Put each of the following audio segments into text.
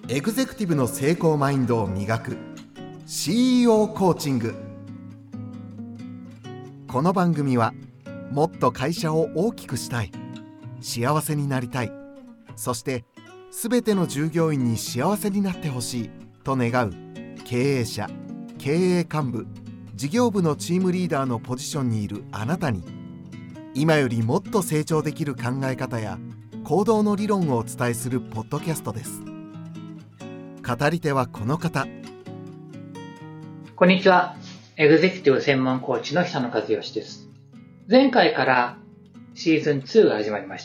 エグゼクティブの成功マインドを磨く CEO コーチング。この番組はもっと会社を大きくしたい、幸せになりたい、そして全ての従業員に幸せになってほしいと願う経営者、経営幹部、事業部のチームリーダーのポジションにいるあなたに、今よりもっと成長できる考え方や行動の理論をお伝えするポッドキャストです。語り手はこの方。 こんにちは。エグゼクティブ専門コーチの久野和義です。前回からシーズン2が始まりました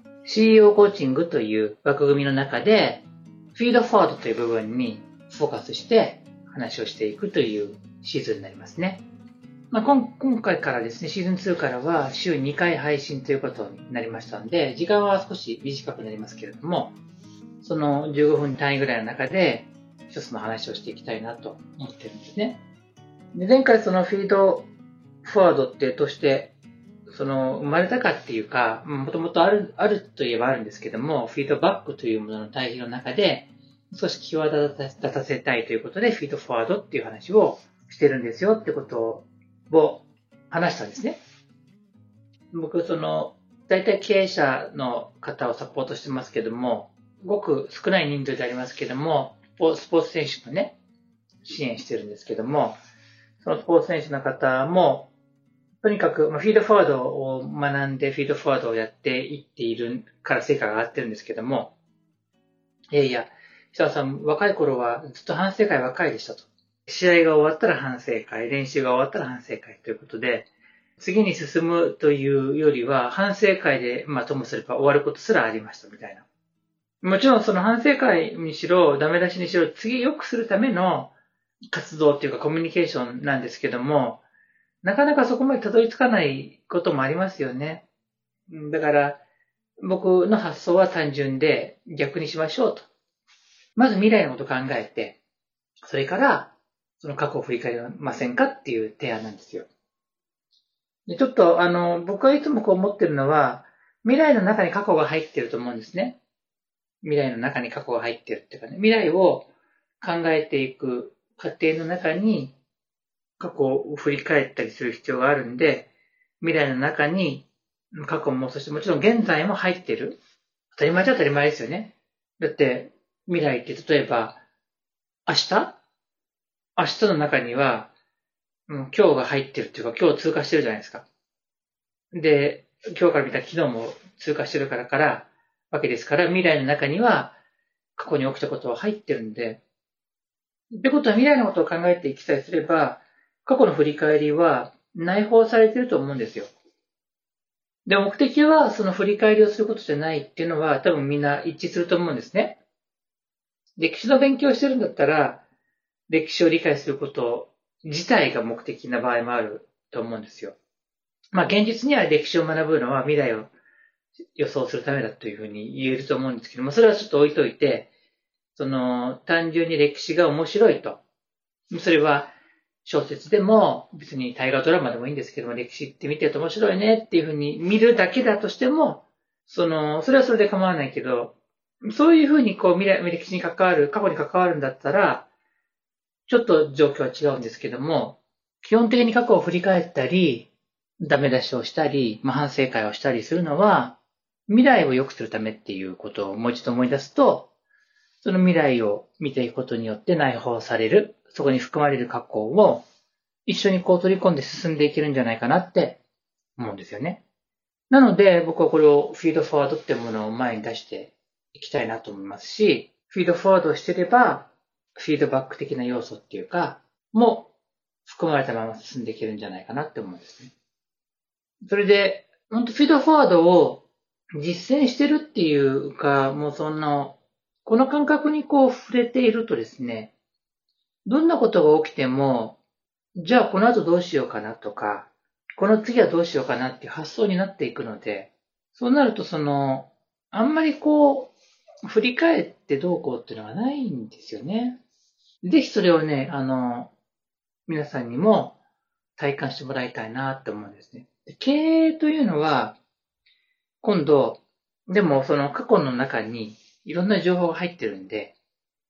。CEO コーチングという枠組みの中で、フィードフォワードという部分にフォーカスして話をしていくというシーズンになりますね。今回からですね、シーズン2からは週2回配信ということになりましたので、時間は少し短くなりますけれども、その15分単位ぐらいの中で一つの話をしていきたいなと思ってるんですね。で、前回そのフィードフォワードってとして生まれたかっていうか、もともとあるといえばあるんですけども、フィードバックというものの対比の中で少し際立たせたいということで、フィードフォワードっていう話をしてるんですよってことを話したんですね。僕、大体経営者の方をサポートしてますけども、ごく少ない人数でありますけども、スポーツ選手のね、支援してるんですけども、そのスポーツ選手の方も、とにかく、フィードフォワードを学んで、フィードフォワードをやっていっているから成果が上がってるんですけども、久田さん、若い頃はずっと反省会ばっかりでしたと。試合が終わったら反省会、練習が終わったら反省会ということで、次に進むというよりは、反省会で、ともすれば終わることすらありましたみたいな。もちろんその反省会にしろ、ダメ出しにしろ、次良くするための活動っていうかコミュニケーションなんですけども、なかなかそこまでたどり着かないこともありますよね。だから、僕の発想は単純で逆にしましょうと。まず未来のことを考えて、それからその過去を振り返りませんかっていう提案なんですよ。でちょっと僕はいつもこう思ってるのは、未来の中に過去が入ってると思うんですね。未来の中に過去が入ってるっていうかね、未来を考えていく過程の中に過去を振り返ったりする必要があるんで、未来の中に過去も、そしてもちろん現在も入ってる。当たり前じゃ当たり前ですよね。だって未来って例えば明日の中には、今日が入ってるっていうか今日通過してるじゃないですか。で、今日から見た昨日も通過してるわけですから、未来の中には過去に起きたことは入ってるんで、ってことは未来のことを考えていきさえすれば、過去の振り返りは内包されていると思うんですよ。で、目的はその振り返りをすることじゃないっていうのは多分みんな一致すると思うんですね。歴史の勉強をしてるんだったら、歴史を理解すること自体が目的な場合もあると思うんですよ。現実には歴史を学ぶのは未来を予想するためだというふうに言えると思うんですけども、それはちょっと置いといて、単純に歴史が面白いと。それは小説でも別に大河ドラマでもいいんですけども、歴史って見てると面白いねっていうふうに見るだけだとしても、それはそれで構わないけど、そういうふうに歴史に関わる、過去に関わるんだったら、ちょっと状況は違うんですけども、基本的に過去を振り返ったり、ダメ出しをしたり、反省会をしたりするのは、未来を良くするためっていうことをもう一度思い出すと、その未来を見ていくことによって内包される、そこに含まれる過去を一緒に取り込んで進んでいけるんじゃないかなって思うんですよね。なので僕はこれをフィードフォワードっていうものを前に出していきたいなと思いますし、フィードフォワードをしていれば、フィードバック的な要素っていうか、も含まれたまま進んでいけるんじゃないかなって思うんですね。それで、本当フィードフォワードを実践してるっていうか、この感覚に触れているとですね、どんなことが起きても、じゃあこの後どうしようかなとか、この次はどうしようかなっていう発想になっていくので、そうなるとあんまり振り返ってどうこうっていうのがないんですよね。ぜひそれをね、皆さんにも体感してもらいたいなって思うんですね。経営というのは、今度、でもその過去の中にいろんな情報が入ってるんで、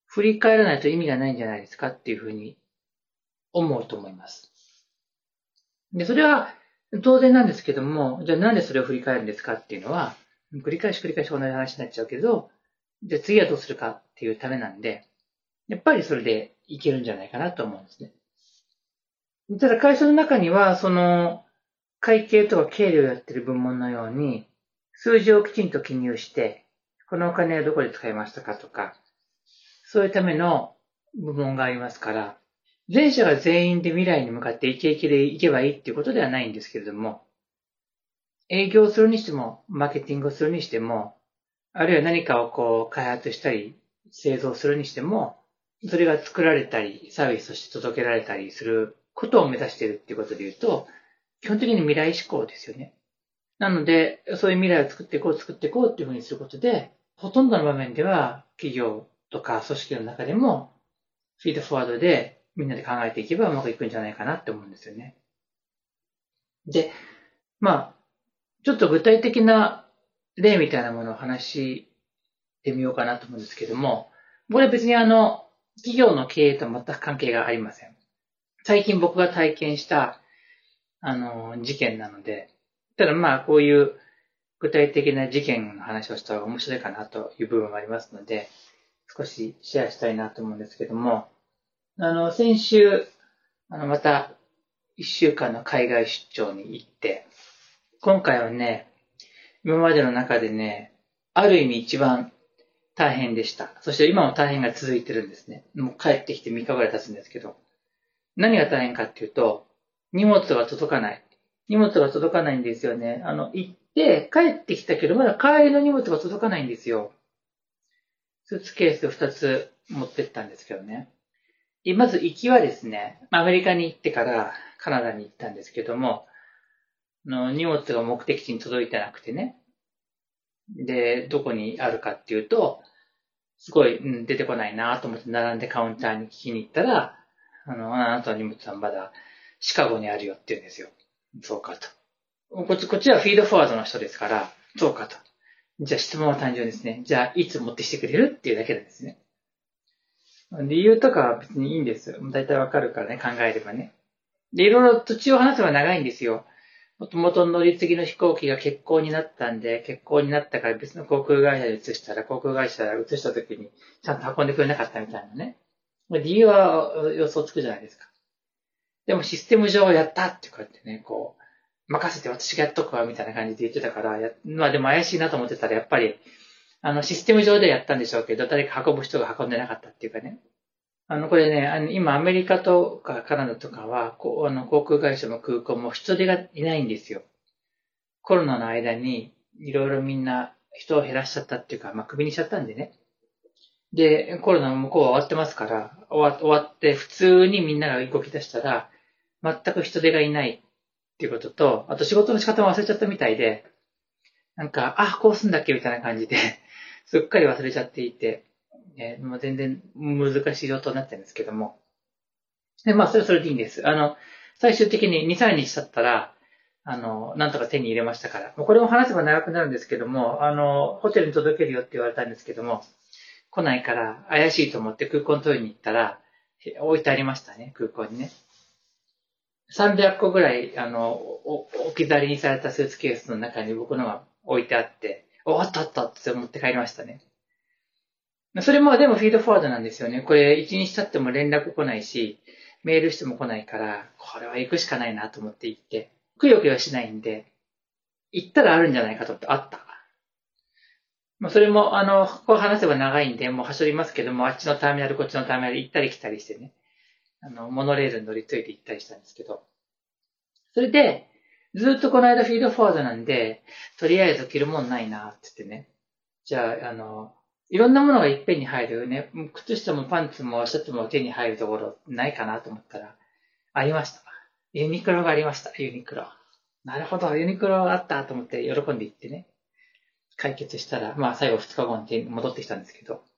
振り返らないと意味がないんじゃないですかっていうふうに思うと思います。で、それは当然なんですけども、じゃあなんでそれを振り返るんですかっていうのは、繰り返し同じ話になっちゃうけど、じゃあ次はどうするかっていうためなんで、やっぱりそれでいけるんじゃないかなと思うんですね。ただ会社の中には、会計とか経理をやってる部門のように、数字をきちんと記入して、このお金はどこで使いましたかとか、そういうための部門がありますから、全社が全員で未来に向かってイケイケでいけばいいっていうことではないんですけれども、営業するにしても、マーケティングをするにしても、あるいは何かを開発したり、製造するにしても、それが作られたり、サービスとして届けられたりすることを目指しているっていうことで言うと、基本的に未来志向ですよね。なので、そういう未来を作っていこうっていうふうにすることで、ほとんどの場面では、企業とか組織の中でも、フィードフォワードでみんなで考えていけばうまくいくんじゃないかなって思うんですよね。で、ちょっと具体的な例みたいなものを話してみようかなと思うんですけども、これは別に企業の経営と全く関係がありません。最近僕が体験した、事件なので、ただこういう具体的な事件の話をした方が面白いかなという部分がありますので、少しシェアしたいなと思うんですけども、先週、また一週間の海外出張に行って、今回はね、今までの中でね、ある意味一番大変でした。そして今も大変が続いてるんですね。もう帰ってきて3日ぐらい経つんですけど。何が大変かっていうと、荷物が届かない。荷物が届かないんですよね。行って帰ってきたけど、まだ帰りの荷物が届かないんですよ。スーツケースを2つ持ってったんですけどね。まず行きはですね、アメリカに行ってからカナダに行ったんですけども、荷物が目的地に届いてなくてね。で、どこにあるかっていうと、すごい、出てこないなと思って並んでカウンターに聞きに行ったら、あなたの荷物はまだシカゴにあるよって言うんですよ。そうかと。こっちはフィードフォワードの人ですから、そうかと。じゃあ質問は単純ですね。じゃあいつ持ってきてくれるっていうだけなんですね。理由とかは別にいいんですよ。大体わかるからね、考えればね。で、いろいろ土地を話せば長いんですよ。もともと乗り継ぎの飛行機が欠航になったんで、欠航になったから別の航空会社で移したら、航空会社が移した時にちゃんと運んでくれなかったみたいなね。理由は予想つくじゃないですか。でもシステム上やったってこうやってね、任せて私がやっとくわみたいな感じで言ってたから、でも怪しいなと思ってたらやっぱり、システム上でやったんでしょうけど、誰か運ぶ人が運んでなかったっていうかね。これね、今アメリカとかカナダとかは、航空会社も空港も人手がいないんですよ。コロナの間に、いろいろみんな人を減らしちゃったっていうか、クビにしちゃったんでね。で、コロナも向こうは終わってますから、終わって普通にみんなが動き出したら、全く人手がいないっていうことと、あと仕事の仕方も忘れちゃったみたいで、こうすんだっけみたいな感じで、すっかり忘れちゃっていて、もう全然難しい状況になってるんですけども。で、それはそれでいいんです。最終的に2、3日経ったら、なんとか手に入れましたから。これも話せば長くなるんですけども、ホテルに届けるよって言われたんですけども、来ないから怪しいと思って空港に取りに行ったら、置いてありましたね、空港にね。300個ぐらい、置き去りにされたスーツケースの中に僕のが置いてあって、あったって思って帰りましたね。それもでもフィードフォワードなんですよね。これ1日経っても連絡来ないし、メールしても来ないから、これは行くしかないなと思って行って、くよくよしないんで、行ったらあるんじゃないかと思って、あった。それも、こう話せば長いんで、もう走りますけども、あっちのターミナル、こっちのターミナル行ったり来たりしてね、モノレールに乗り継いで行ったりしたんですけど、それで、ずっとこの間フィードフォワードなんで、とりあえず着るもんないなって言ってね。じゃあ、いろんなものがいっぺんに入るね、靴下もパンツもシャツも手に入るところないかなと思ったら、ありました。ユニクロがありました、ユニクロ。なるほど、ユニクロあったと思って喜んで行ってね。解決したら、最後2日後に戻ってきたんですけど。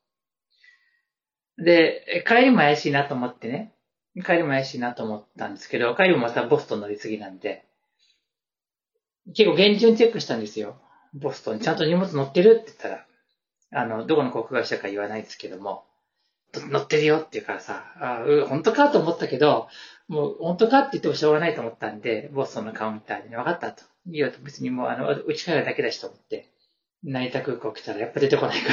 で、帰りも怪しいなと思ってね。帰りも怪しいなと思ったんですけど、帰りもまたボストン乗り継ぎなんで、結構厳重にチェックしたんですよ。ボストンにちゃんと荷物乗ってるって言ったら、どこの航空会社か言わないですけども、 乗ってるよって言うからさ、本当かと思ったけど、もう本当かって言ってもしょうがないと思ったんで、ボストンのカウンターでね、分かったと。いいよと、別にもううち帰るだけだしと思って、成田空港来たらやっぱ出てこないから。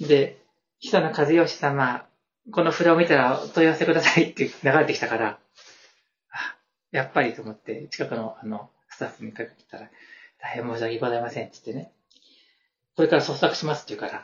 で、久野和義様、この札を見たら問い合わせくださいって流れてきたから、やっぱりと思って、近くのスタッフにかけたら、大変申し訳ございませんって言ってね、これから捜索しますって言うから、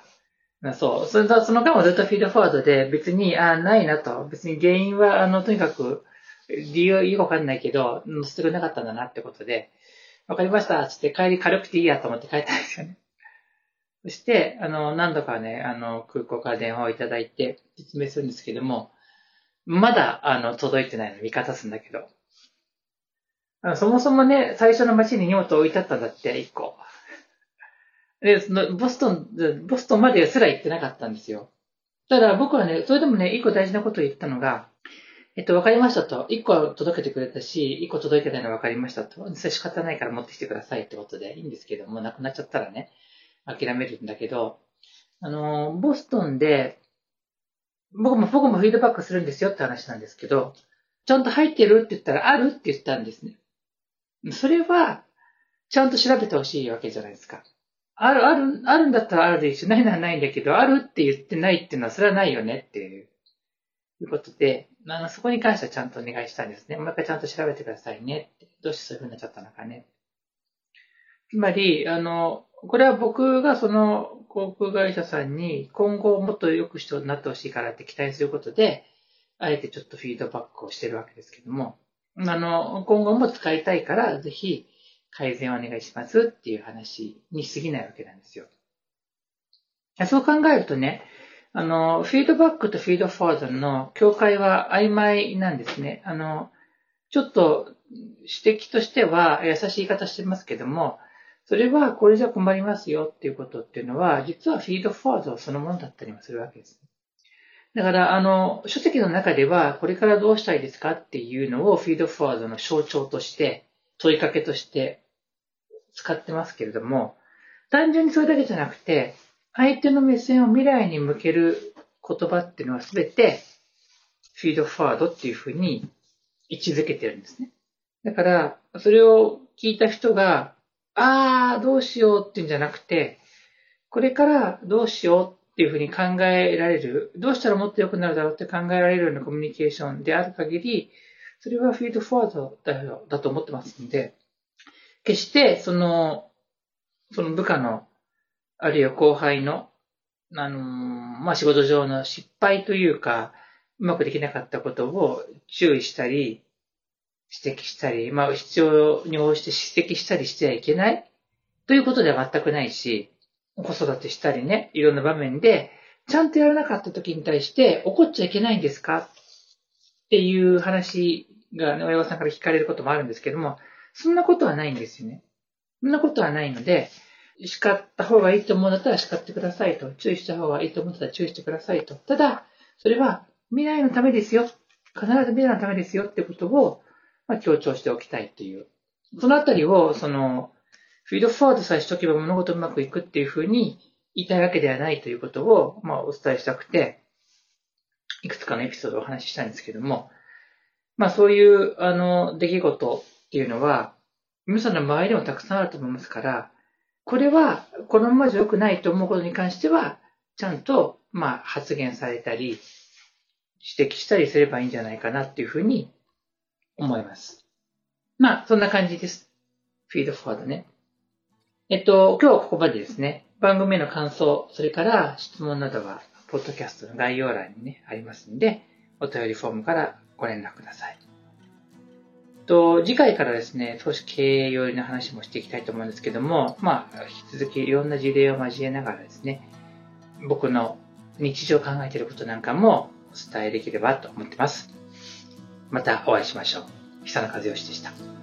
そう、その間もずっとフィードフォワードで別に、ないなと、別に原因は、とにかく、理由よくわかんないけど、載せてくれなかったんだなってことで、わかりましたって言って帰り軽くていいやと思って帰ったんですよね。そして、何度かね、空港から電話をいただいて説明するんですけども、まだ、届いてないの見方するんだけど、そもそもね、最初の街に荷物を置いてあったんだって、1個。で、ボストンまですら行ってなかったんですよ。ただ僕はね、それでもね、1個大事なことを言ったのが、わかりましたと。1個は届けてくれたし、1個届いてないのはわかりましたと。それ仕方ないから持ってきてくださいってことでいいんですけども、なくなっちゃったらね、諦めるんだけど、ボストンで、僕もフィードバックするんですよって話なんですけど、ちゃんと入ってるって言ったら、あるって言ったんですね。それは、ちゃんと調べてほしいわけじゃないですか。あるんだったらあるでいいし、ないならないんだけど、あるって言ってないっていうのは、それはないよねっていうことで、そこに関してはちゃんとお願いしたんですね。もう一回ちゃんと調べてくださいねって。どうしてそういう風になっちゃったのかね。つまり、これは僕がその航空会社さんに今後もっと良くなってほしいからって期待することで、あえてちょっとフィードバックをしてるわけですけども、今後も使いたいから、ぜひ改善をお願いしますっていう話に過ぎないわけなんですよ。そう考えるとね、フィードバックとフィードフォワードの境界は曖昧なんですね。ちょっと指摘としては優しい言い方してますけども、それはこれじゃ困りますよっていうことっていうのは、実はフィードフォワードそのものだったりもするわけです。だから、書籍の中では、これからどうしたいですかっていうのをフィードフォワードの象徴として、問いかけとして使ってますけれども、単純にそれだけじゃなくて、相手の目線を未来に向ける言葉っていうのは全てフィードフォワードっていうふうに位置づけてるんですね。だから、それを聞いた人が、どうしようっていうんじゃなくて、これからどうしようっていうふうに考えられる、どうしたらもっと良くなるだろうって考えられるようなコミュニケーションである限り、それはフィードフォワードだと思ってますので、決してその部下の、あるいは後輩の、仕事上の失敗というか、うまくできなかったことを注意したり、指摘したり、必要に応じて指摘したりしてはいけないということでは全くないし、子育てしたりね、いろんな場面で、ちゃんとやらなかった時に対して怒っちゃいけないんですかっていう話がね、親御さんから聞かれることもあるんですけども、そんなことはないんですよね。そんなことはないので、叱った方がいいと思うんだったら叱ってくださいと。注意した方がいいと思うんだったら注意してくださいと。ただ、それは未来のためですよ。必ず未来のためですよってことを、強調しておきたいっていう。そのあたりを、フィードフォワードさえしとけば物事うまくいくっていうふうに言いたいわけではないということを、お伝えしたくて、いくつかのエピソードをお話ししたんですけども、そういう、出来事っていうのは、皆さんの周りでもたくさんあると思いますから、これは、このままじゃ良くないと思うことに関しては、ちゃんと、発言されたり、指摘したりすればいいんじゃないかなっていうふうに思います。そんな感じです。フィードフォワードね。今日はここまでですね。番組への感想、それから質問などは、ポッドキャストの概要欄にね、ありますので、お便りフォームからご連絡ください。次回からですね、少し経営寄りの話もしていきたいと思うんですけども、引き続きいろんな事例を交えながらですね、僕の日常考えていることなんかもお伝えできればと思っています。またお会いしましょう。久野和義でした。